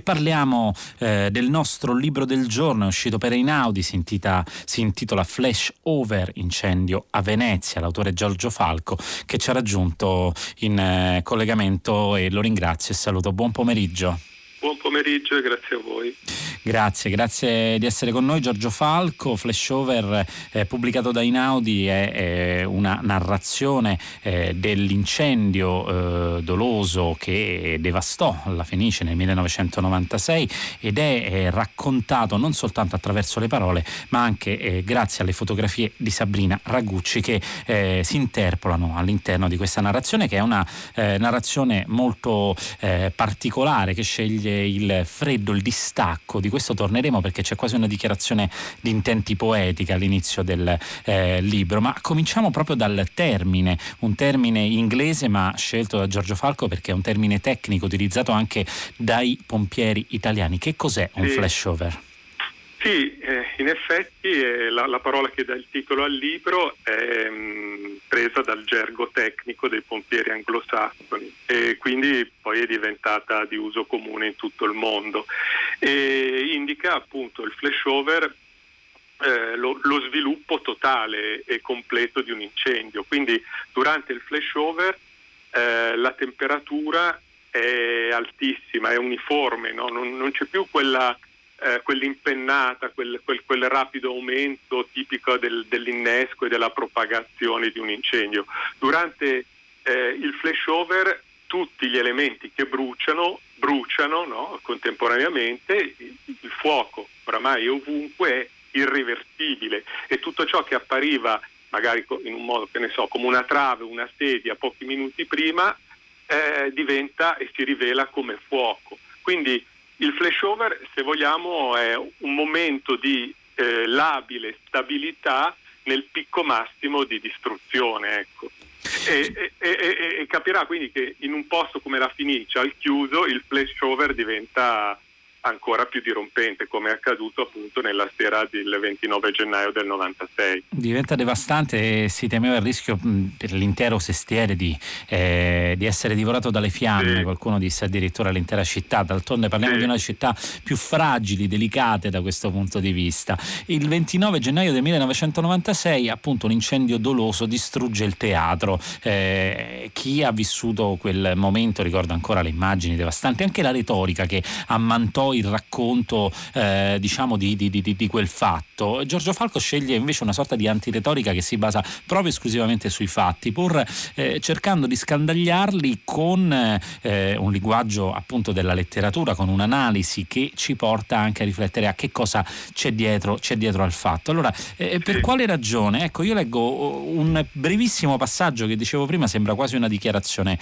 parliamo del nostro libro del giorno, è uscito per Einaudi, si intitola Flash Over, incendio a Venezia, l'autore Giorgio Falco, che ci ha raggiunto in collegamento, e lo ringrazio e saluto. Buon pomeriggio. Buon pomeriggio e grazie a voi. Grazie di essere con noi. Giorgio Falco, Flashover, pubblicato da Einaudi, è una narrazione dell'incendio doloso che devastò la Fenice nel 1996 ed è raccontato non soltanto attraverso le parole, ma anche grazie alle fotografie di Sabrina Ragucci, che si interpolano all'interno di questa narrazione, che è una narrazione molto particolare, che sceglie il freddo, il distacco. Di questo torneremo, perché c'è quasi una dichiarazione di intenti poetica all'inizio del libro. Ma cominciamo proprio dal termine, un termine inglese ma scelto da Giorgio Falco perché è un termine tecnico utilizzato anche dai pompieri italiani. Che cos'è un flashover? Sì, in effetti la parola che dà il titolo al libro è presa dal gergo tecnico dei pompieri anglosassoni e quindi poi è diventata di uso comune in tutto il mondo e indica appunto il flashover, lo sviluppo totale e completo di un incendio. Quindi durante il flashover la temperatura è altissima, è uniforme, no? Non c'è più quell'impennata, quel rapido aumento tipico dell'innesco e della propagazione di un incendio. Durante il flashover tutti gli elementi che bruciano, no? Contemporaneamente. Il fuoco oramai è ovunque, è irreversibile e tutto ciò che appariva magari in un modo, che ne so, come una trave, una sedia pochi minuti prima, diventa e si rivela come fuoco. Quindi il flashover, se vogliamo, è un momento di labile stabilità nel picco massimo di distruzione, ecco. E capirà quindi che in un posto come la Fenice, al chiuso, il flashover diventa ancora più dirompente, come è accaduto appunto nella sera del 29 gennaio del 96. Diventa devastante e si temeva il rischio per l'intero sestiere di essere divorato dalle fiamme. Sì. Qualcuno disse addirittura l'intera città. D'altronde parliamo di una città più fragili, delicate da questo punto di vista. Il 29 gennaio del 1996 appunto un incendio doloso distrugge il teatro. Chi ha vissuto quel momento ricorda ancora le immagini devastanti, anche la retorica che ammantò il racconto diciamo di quel fatto. Giorgio Falco sceglie invece una sorta di antiretorica che si basa proprio esclusivamente sui fatti, pur cercando di scandagliarli con un linguaggio appunto della letteratura, con un'analisi che ci porta anche a riflettere a che cosa c'è dietro al fatto. Allora, per quale ragione? Ecco, io leggo un brevissimo passaggio che dicevo prima, sembra quasi una dichiarazione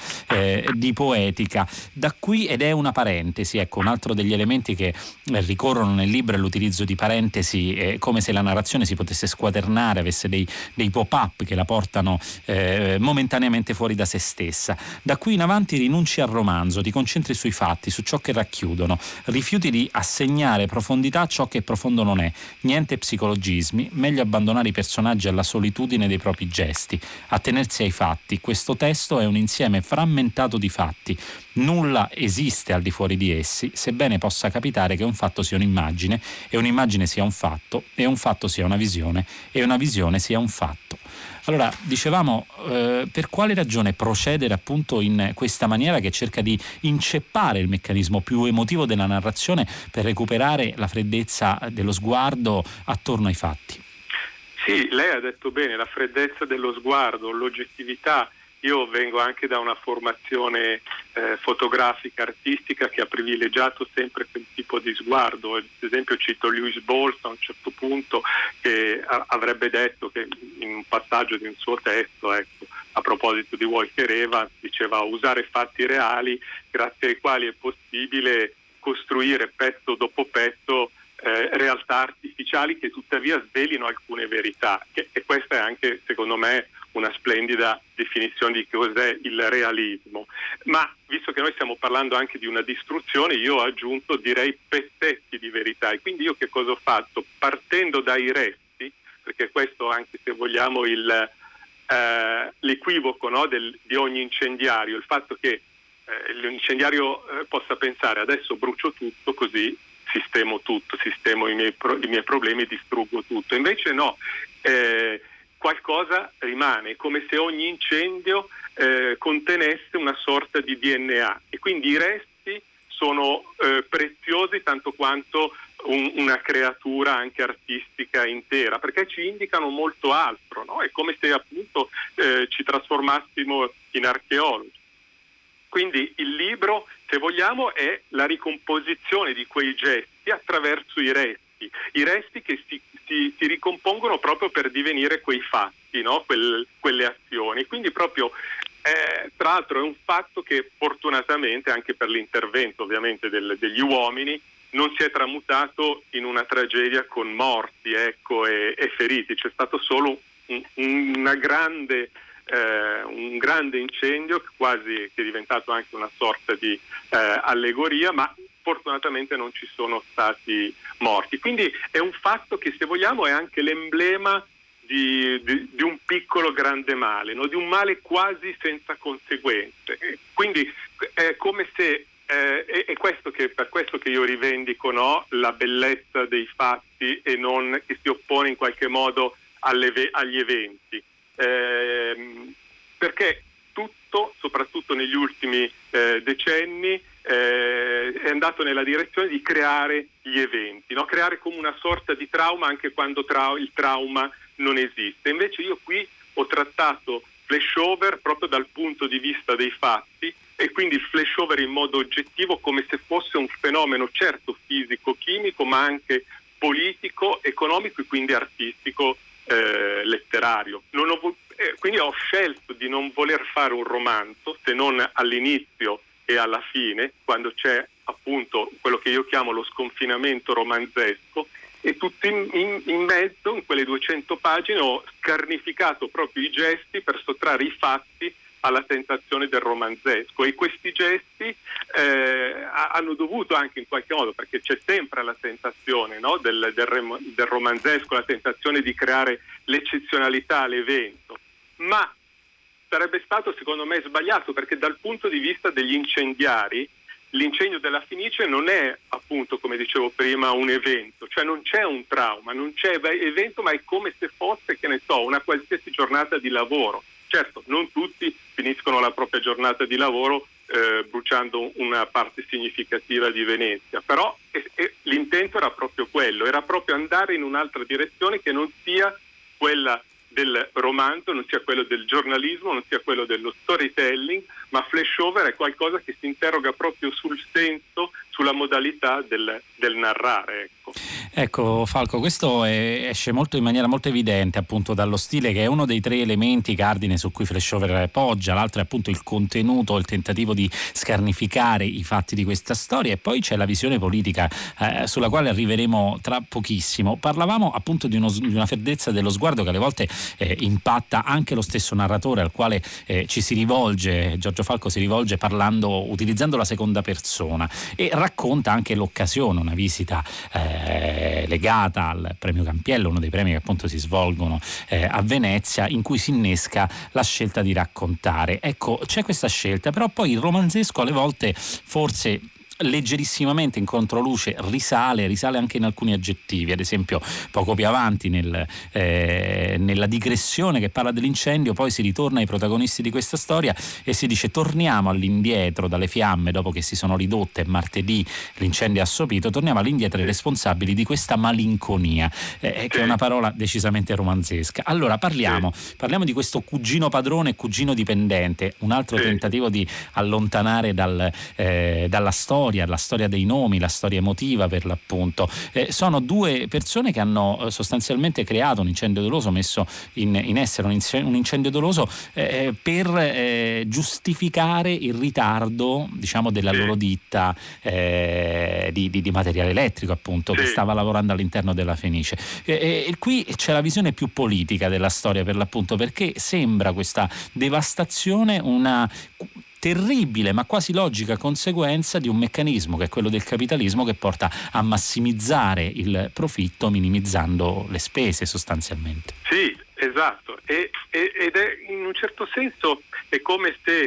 di poetica. Da qui, ed è una parentesi, ecco, un altro degli elementi che ricorrono nel libro è l'utilizzo di parentesi, come se la narrazione si potesse squadernare, avesse dei pop-up che la portano momentaneamente fuori da se stessa. Da qui in avanti rinunci al romanzo, ti concentri sui fatti, su ciò che racchiudono, rifiuti di assegnare profondità a ciò che profondo non è, niente psicologismi, meglio abbandonare i personaggi alla solitudine dei propri gesti, attenersi ai fatti. Questo testo è un insieme frammentato di fatti, nulla esiste al di fuori di essi, sebbene possa capitare che un fatto sia un'immagine e un'immagine sia un fatto e un fatto sia una visione e una visione sia un fatto. Allora, dicevamo, per quale ragione procedere appunto in questa maniera che cerca di inceppare il meccanismo più emotivo della narrazione per recuperare la freddezza dello sguardo attorno ai fatti? Sì, lei ha detto bene, la freddezza dello sguardo, l'oggettività. Io vengo anche da una formazione fotografica, artistica, che ha privilegiato sempre quel tipo di sguardo. Ad esempio cito Lewis Balls a un certo punto, che avrebbe detto che in un passaggio di un suo testo, ecco, a proposito di Walker Evans, diceva usare fatti reali grazie ai quali è possibile costruire pezzo dopo pezzo realtà artificiali che tuttavia svelino alcune verità, e questa è anche, secondo me, una splendida definizione di cos'è il realismo. Ma visto che noi stiamo parlando anche di una distruzione, io ho aggiunto, direi, pezzetti di verità. E quindi io che cosa ho fatto? Partendo dai resti, perché questo anche, se vogliamo, l'equivoco, no, di ogni incendiario, il fatto che l'incendiario possa pensare adesso brucio tutto così sistemo tutto, sistemo i miei problemi, distruggo tutto. Invece no, qualcosa rimane, come se ogni incendio contenesse una sorta di DNA, e quindi i resti sono preziosi tanto quanto una creatura anche artistica intera, perché ci indicano molto altro, no? È come se appunto ci trasformassimo in archeologi. Quindi il libro, se vogliamo, è la ricomposizione di quei gesti attraverso i resti che si ricompongono proprio per divenire quei fatti, no? Quelle azioni. Quindi proprio, tra l'altro, è un fatto che fortunatamente, anche per l'intervento ovviamente degli uomini, non si è tramutato in una tragedia con morti, e feriti. C'è stato solo un grande incendio che è diventato anche una sorta di allegoria, ma fortunatamente non ci sono stati morti. Quindi è un fatto che, se vogliamo, è anche l'emblema di un piccolo grande male, no? Di un male quasi senza conseguenze. Quindi è come se è per questo che io rivendico, no, la bellezza dei fatti e non che si oppone in qualche modo agli eventi. Perché tutto, soprattutto negli ultimi decenni, è andato nella direzione di creare gli eventi, no? Creare come una sorta di trauma anche quando il trauma non esiste. Invece io qui ho trattato flashover proprio dal punto di vista dei fatti, e quindi il flashover in modo oggettivo, come se fosse un fenomeno certo fisico-chimico, ma anche politico, economico e quindi artistico, letterario. Quindi ho scelto di non voler fare un romanzo, se non all'inizio e alla fine, quando c'è appunto quello che io chiamo lo sconfinamento romanzesco, e tutto in mezzo, in quelle 200 pagine, ho scarnificato proprio i gesti per sottrarre i fatti alla tentazione del romanzesco, e questi gesti hanno dovuto anche in qualche modo, perché c'è sempre la tentazione, no, del romanzesco, la tentazione di creare l'eccezionalità all'evento, ma sarebbe stato secondo me sbagliato, perché dal punto di vista degli incendiari l'incendio della Fenice non è, appunto, come dicevo prima, un evento, cioè non c'è un trauma, non c'è evento, ma è come se fosse, che ne so, una qualsiasi giornata di lavoro. Certo, non tutti finiscono la propria giornata di lavoro bruciando una parte significativa di Venezia, però l'intento era proprio quello, era proprio andare in un'altra direzione che non sia quella del romanzo, non sia quello del giornalismo, non sia quello dello storytelling, ma flashover è qualcosa che si interroga proprio sul senso, sulla modalità del narrare. Ecco Falco, questo esce in maniera molto evidente appunto dallo stile, che è uno dei tre elementi cardine su cui flashover poggia. L'altro è appunto il contenuto, il tentativo di scarnificare i fatti di questa storia, e poi c'è la visione politica sulla quale arriveremo tra pochissimo. Parlavamo appunto di una freddezza dello sguardo che alle volte impatta anche lo stesso narratore, al quale ci si rivolge. Giorgio Falco si rivolge utilizzando la seconda persona, e racconta anche l'occasione, una visita legata al premio Campiello, uno dei premi che appunto si svolgono a Venezia, in cui si innesca la scelta di raccontare. Ecco, c'è questa scelta, però poi il romanzesco alle volte forse leggerissimamente in controluce risale anche in alcuni aggettivi. Ad esempio, poco più avanti nella digressione che parla dell'incendio, poi si ritorna ai protagonisti di questa storia e si dice: torniamo all'indietro dalle fiamme dopo che si sono ridotte, martedì l'incendio è assopito, torniamo all'indietro ai responsabili di questa malinconia, che è una parola decisamente romanzesca. Allora parliamo di questo cugino padrone e cugino dipendente, un altro tentativo di allontanare dalla storia, la storia dei nomi, la storia emotiva per l'appunto. Sono due persone che hanno sostanzialmente creato un incendio doloso, messo in essere un incendio doloso per giustificare il ritardo, diciamo, della loro ditta di materiale elettrico, appunto, che stava lavorando all'interno della Fenice. E qui c'è la visione più politica della storia, per l'appunto, perché sembra questa devastazione una terribile ma quasi logica conseguenza di un meccanismo che è quello del capitalismo, che porta a massimizzare il profitto minimizzando le spese sostanzialmente. Sì, esatto, ed è in un certo senso è come se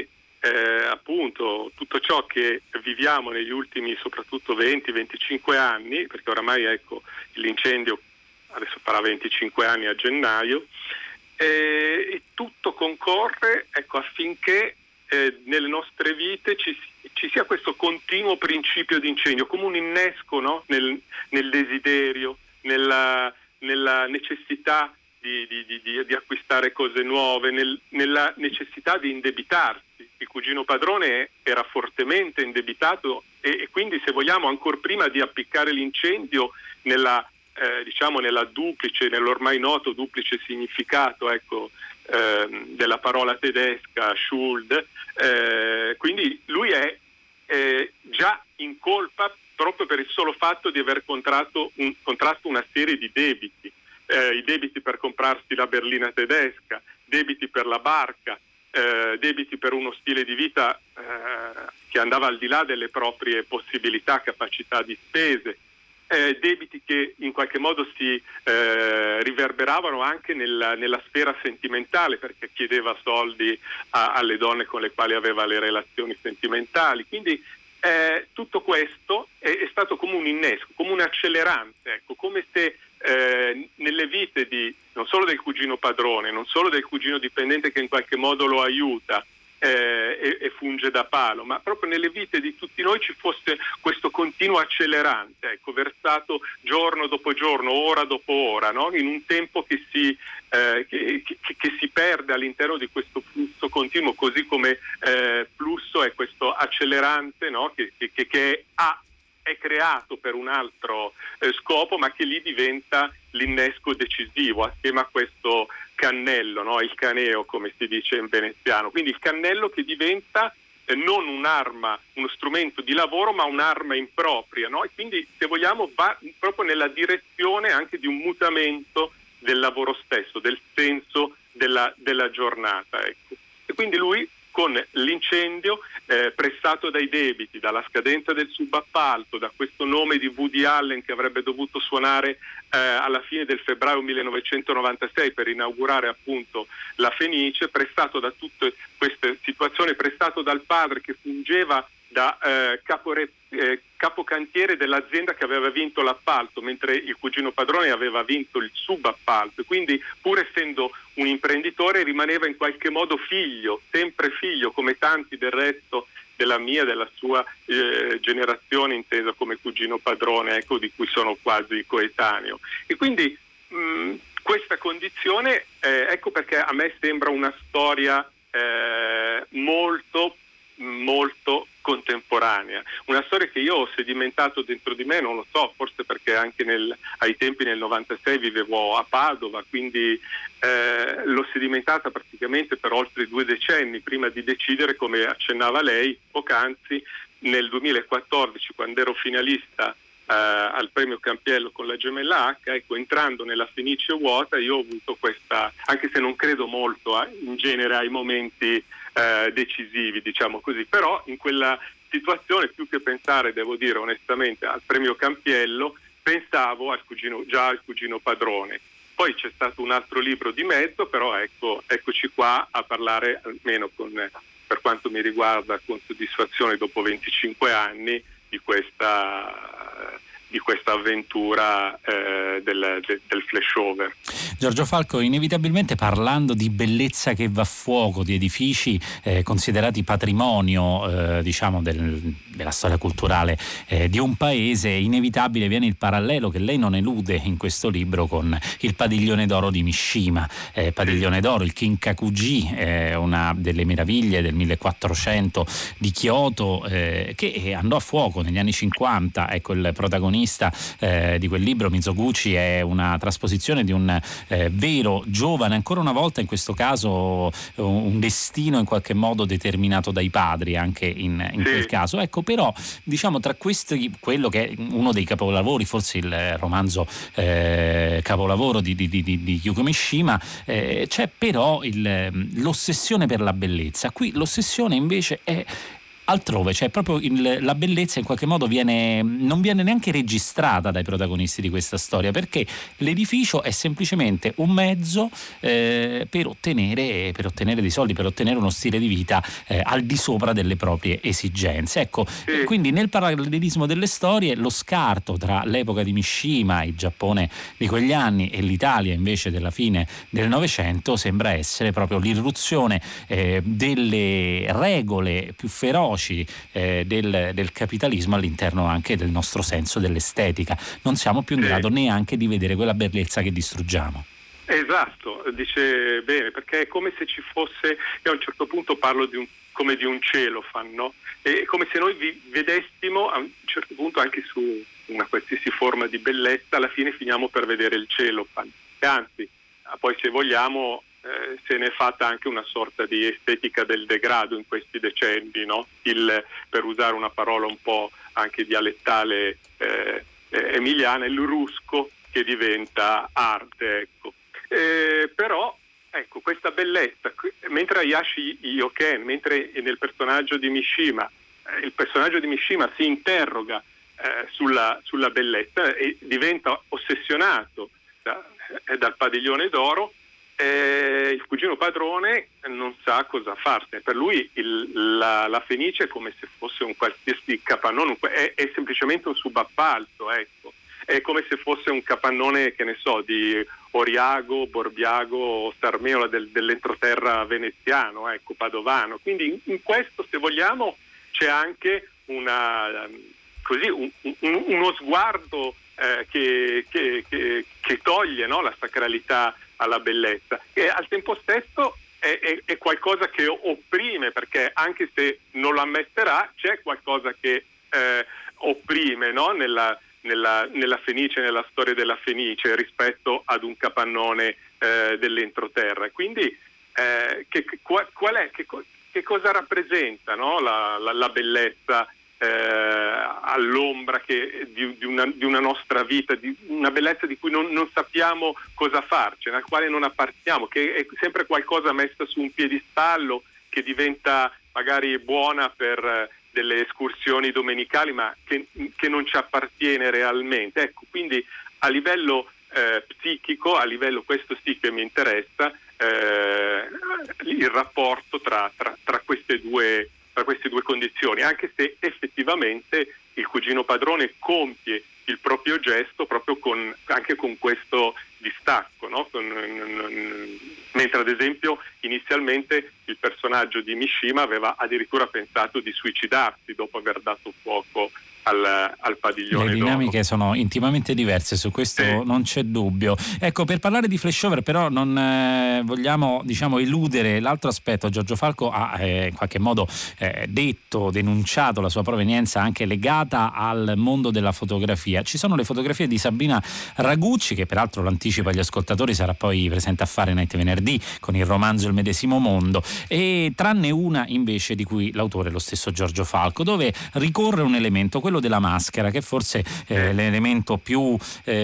appunto tutto ciò che viviamo negli ultimi soprattutto 20-25 anni, perché oramai ecco l'incendio adesso farà 25 anni a gennaio, e tutto concorre ecco affinché nelle nostre vite ci sia questo continuo principio di incendio, come un innesco, no? nel desiderio, nella necessità di acquistare cose nuove, nella necessità di indebitarsi. Il cugino padrone era fortemente indebitato e quindi, se vogliamo, ancor prima di appiccare l'incendio nella duplice, nell'ormai noto duplice significato ecco della parola tedesca Schuld, quindi lui è già in colpa proprio per il solo fatto di aver contratto una serie di debiti, i debiti per comprarsi la berlina tedesca, debiti per la barca, debiti per uno stile di vita che andava al di là delle proprie possibilità, capacità di spese, debiti che in qualche modo si riverberavano anche nella sfera sentimentale, perché chiedeva soldi alle donne con le quali aveva le relazioni sentimentali. Quindi tutto questo è stato come un innesco, come un accelerante, ecco, come se nelle vite non solo del cugino padrone, non solo del cugino dipendente che in qualche modo lo aiuta e funge da palo, ma proprio nelle vite di tutti noi ci fosse questo continuo accelerante, ecco, versato giorno dopo giorno, ora dopo ora, no? In un tempo che si perde all'interno di questo flusso continuo, così come flusso è questo accelerante, no? che è creato per un altro scopo, ma che lì diventa l'innesco decisivo assieme a questo cannello, no? Il caneo, come si dice in veneziano. Quindi il cannello che diventa non un'arma, uno strumento di lavoro, ma un'arma impropria, no? E quindi, se vogliamo, va proprio nella direzione anche di un mutamento del lavoro stesso, del senso della giornata, ecco. E quindi lui, con l'incendio, pressato dai debiti, dalla scadenza del subappalto, da questo nome di Woody Allen che avrebbe dovuto suonare alla fine del febbraio 1996 per inaugurare appunto la Fenice, pressato da tutte queste situazioni, pressato dal padre che fungeva da capocantiere dell'azienda che aveva vinto l'appalto, mentre il cugino padrone aveva vinto il subappalto, e quindi, pur essendo un imprenditore, rimaneva in qualche modo figlio, sempre figlio, come tanti del resto della sua generazione, intesa come cugino padrone, ecco, di cui sono quasi coetaneo. E quindi questa condizione, ecco perché a me sembra una storia molto molto contemporanea, una storia che io ho sedimentato dentro di me, non lo so, forse perché anche ai tempi nel 96 vivevo a Padova, quindi l'ho sedimentata praticamente per oltre 2 decenni prima di decidere, come accennava lei poc'anzi, nel 2014, quando ero finalista al premio Campiello con la Gemella H, ecco, entrando nella Fenice vuota, io ho avuto questa, anche se non credo molto in genere ai momenti decisivi, diciamo così, però in quella situazione, più che pensare, devo dire onestamente, al premio Campiello, pensavo al cugino padrone. Poi c'è stato un altro libro di mezzo, però eccoci qua a parlare, almeno per quanto mi riguarda, con soddisfazione, dopo 25 anni, di questa avventura del flashover. Giorgio Falco, inevitabilmente parlando di bellezza che va a fuoco, di edifici considerati patrimonio diciamo della storia culturale di un paese, inevitabile viene il parallelo che lei non elude in questo libro con il Padiglione d'Oro di Mishima. Padiglione d'Oro, il Kinkakuji, una delle meraviglie del 1400 di Kyoto, che andò a fuoco negli anni 50. Ecco, il protagonista di quel libro, Mizoguchi, è una trasposizione di un vero giovane, ancora una volta in questo caso un destino in qualche modo determinato dai padri anche in quel caso. Ecco, però diciamo, tra questi, quello che è uno dei capolavori, forse il romanzo capolavoro di Yuko Mishima, c'è però l'ossessione per la bellezza. Qui l'ossessione invece è altrove, cioè proprio la bellezza in qualche modo non viene neanche registrata dai protagonisti di questa storia, perché l'edificio è semplicemente un mezzo per ottenere dei soldi, per ottenere uno stile di vita al di sopra delle proprie esigenze. Ecco, quindi nel parallelismo delle storie lo scarto tra l'epoca di Mishima, il Giappone di quegli anni, e l'Italia invece della fine del Novecento sembra essere proprio l'irruzione delle regole più feroci del capitalismo all'interno anche del nostro senso dell'estetica. Non siamo più in grado neanche di vedere quella bellezza che distruggiamo. Esatto, dice bene, perché è come se ci fosse, io a un certo punto parlo come di un celofan, no? È come se noi vedessimo a un certo punto anche su una qualsiasi forma di bellezza, alla fine finiamo per vedere il celofan, e anzi, poi se vogliamo se ne è fatta anche una sorta di estetica del degrado in questi decenni, no? Per usare una parola un po' anche dialettale emiliana, il rusco che diventa arte, ecco. Però ecco, questa bellezza, mentre Hayashi Yoken, mentre nel personaggio di Mishima, il personaggio di Mishima si interroga sulla bellezza e diventa ossessionato dal padiglione d'oro, il cugino padrone non sa cosa farsene. Per lui la Fenice è come se fosse un qualsiasi capannone, è semplicemente un subappalto, ecco. È come se fosse un capannone, che ne so, di Oriago, Borbiago o Sarmeo dell'entroterra veneziano, ecco, padovano. Quindi in questo, se vogliamo, c'è anche uno sguardo che toglie, no, la sacralità alla bellezza, e al tempo stesso è qualcosa che opprime, perché anche se non lo ammetterà, c'è qualcosa che opprime, no, nella Fenice, nella storia della Fenice, rispetto ad un capannone dell'entroterra. Quindi che cosa rappresenta, no, la bellezza all'ombra di una nostra vita, di una bellezza di cui non sappiamo cosa farcene, al quale non apparteniamo, che è sempre qualcosa messa su un piedistallo, che diventa magari buona per delle escursioni domenicali, ma che non ci appartiene realmente. Ecco, quindi a livello psichico, a livello, questo sì che mi interessa, il rapporto tra queste due condizioni, anche se effettivamente il cugino padrone compie il proprio gesto proprio anche con questo distacco, no? Mentre ad esempio inizialmente il personaggio di Mishima aveva addirittura pensato di suicidarsi dopo aver dato fuoco al padiglione. Le dinamiche sono intimamente diverse, su questo non c'è dubbio. Ecco, per parlare di flashover però non vogliamo, diciamo, eludere l'altro aspetto. Giorgio Falco ha in qualche modo denunciato la sua provenienza anche legata al mondo della fotografia. Ci sono le fotografie di Sabina Ragucci, che peraltro, l'anticipo agli ascoltatori, sarà poi presente a Fahrenheit venerdì con il romanzo Il medesimo mondo, e tranne una invece di cui l'autore è lo stesso Giorgio Falco, dove ricorre un elemento, quello della maschera, che forse è l'elemento più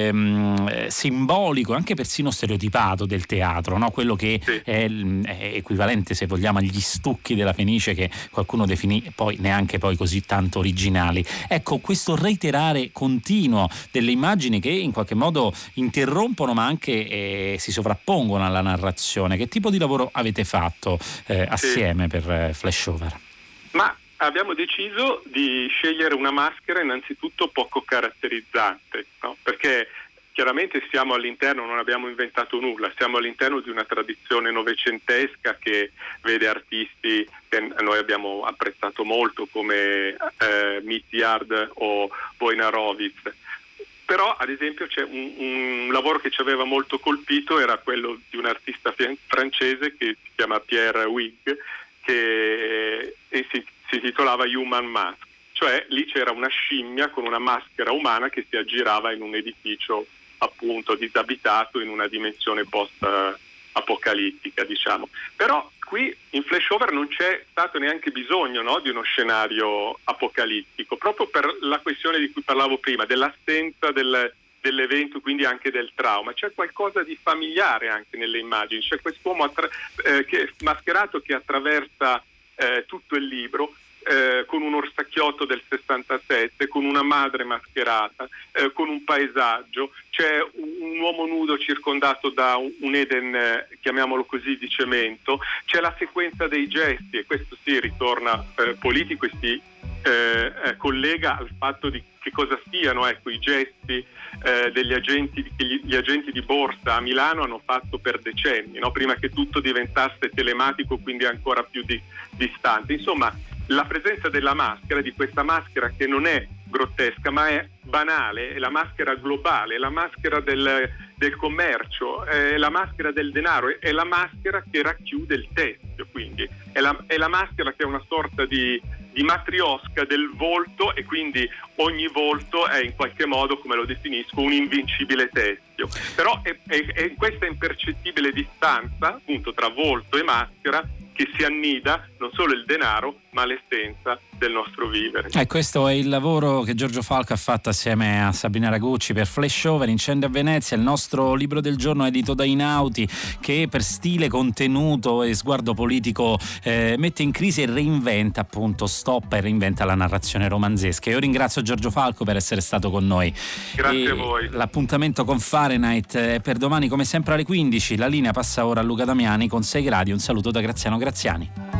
simbolico, anche persino stereotipato del teatro, no? Quello che è equivalente, se vogliamo, agli stucchi della Fenice, che qualcuno definì poi neanche poi così tanto originali. Ecco, questo reiterare continuo delle immagini che in qualche modo interrompono ma anche si sovrappongono alla narrazione. Che tipo di lavoro avete fatto assieme per Flashover? Ma abbiamo deciso di scegliere una maschera innanzitutto poco caratterizzante, no? Perché chiaramente siamo all'interno, non abbiamo inventato nulla, siamo all'interno di una tradizione novecentesca che vede artisti che noi abbiamo apprezzato molto come Mithyard o Wojnarowicz. Però ad esempio c'è un lavoro che ci aveva molto colpito, era quello di un artista francese che si chiama Pierre Huyghe, che si titolava Human Mask, cioè lì c'era una scimmia con una maschera umana che si aggirava in un edificio appunto disabitato in una dimensione post-apocalittica, diciamo. Però qui in Flashover non c'è stato neanche bisogno, no, di uno scenario apocalittico, proprio per la questione di cui parlavo prima, dell'assenza dell'evento, quindi anche del trauma. C'è qualcosa di familiare anche nelle immagini, c'è quest'uomo mascherato che attraversa tutto il libro, con un orsacchiotto del 67, con una madre mascherata, con un paesaggio, c'è un uomo nudo circondato da un Eden, chiamiamolo così, di cemento, c'è la sequenza dei gesti, e questo sì ritorna politico e si collega al fatto di che cosa siano, ecco, i gesti degli agenti, che gli agenti di borsa a Milano hanno fatto per decenni, no? Prima che tutto diventasse telematico, quindi ancora più distante. Insomma, la presenza della maschera, di questa maschera che non è grottesca ma è banale, è la maschera globale, è la maschera del commercio, è la maschera del denaro, è la maschera che racchiude il teschio, quindi è la maschera che è una sorta di matriosca del volto, e quindi ogni volto è in qualche modo, come lo definisco, un invincibile teschio. Però è questa impercettibile distanza appunto tra volto e maschera che si annida non solo il denaro ma l'essenza del nostro vivere. Questo è il lavoro che Giorgio Falco ha fatto assieme a Sabrina Ragucci per Flashover, Incendio a Venezia, il nostro libro del giorno edito da Einaudi, che per stile, contenuto e sguardo politico mette in crisi e reinventa, appunto stoppa e reinventa la narrazione romanzesca. Io ringrazio Giorgio Falco per essere stato con noi. Grazie a voi. L'appuntamento con Fahrenheit è per domani come sempre alle 15. La linea passa ora a Luca Damiani con 6 gradi. Un saluto da Graziano Graziani.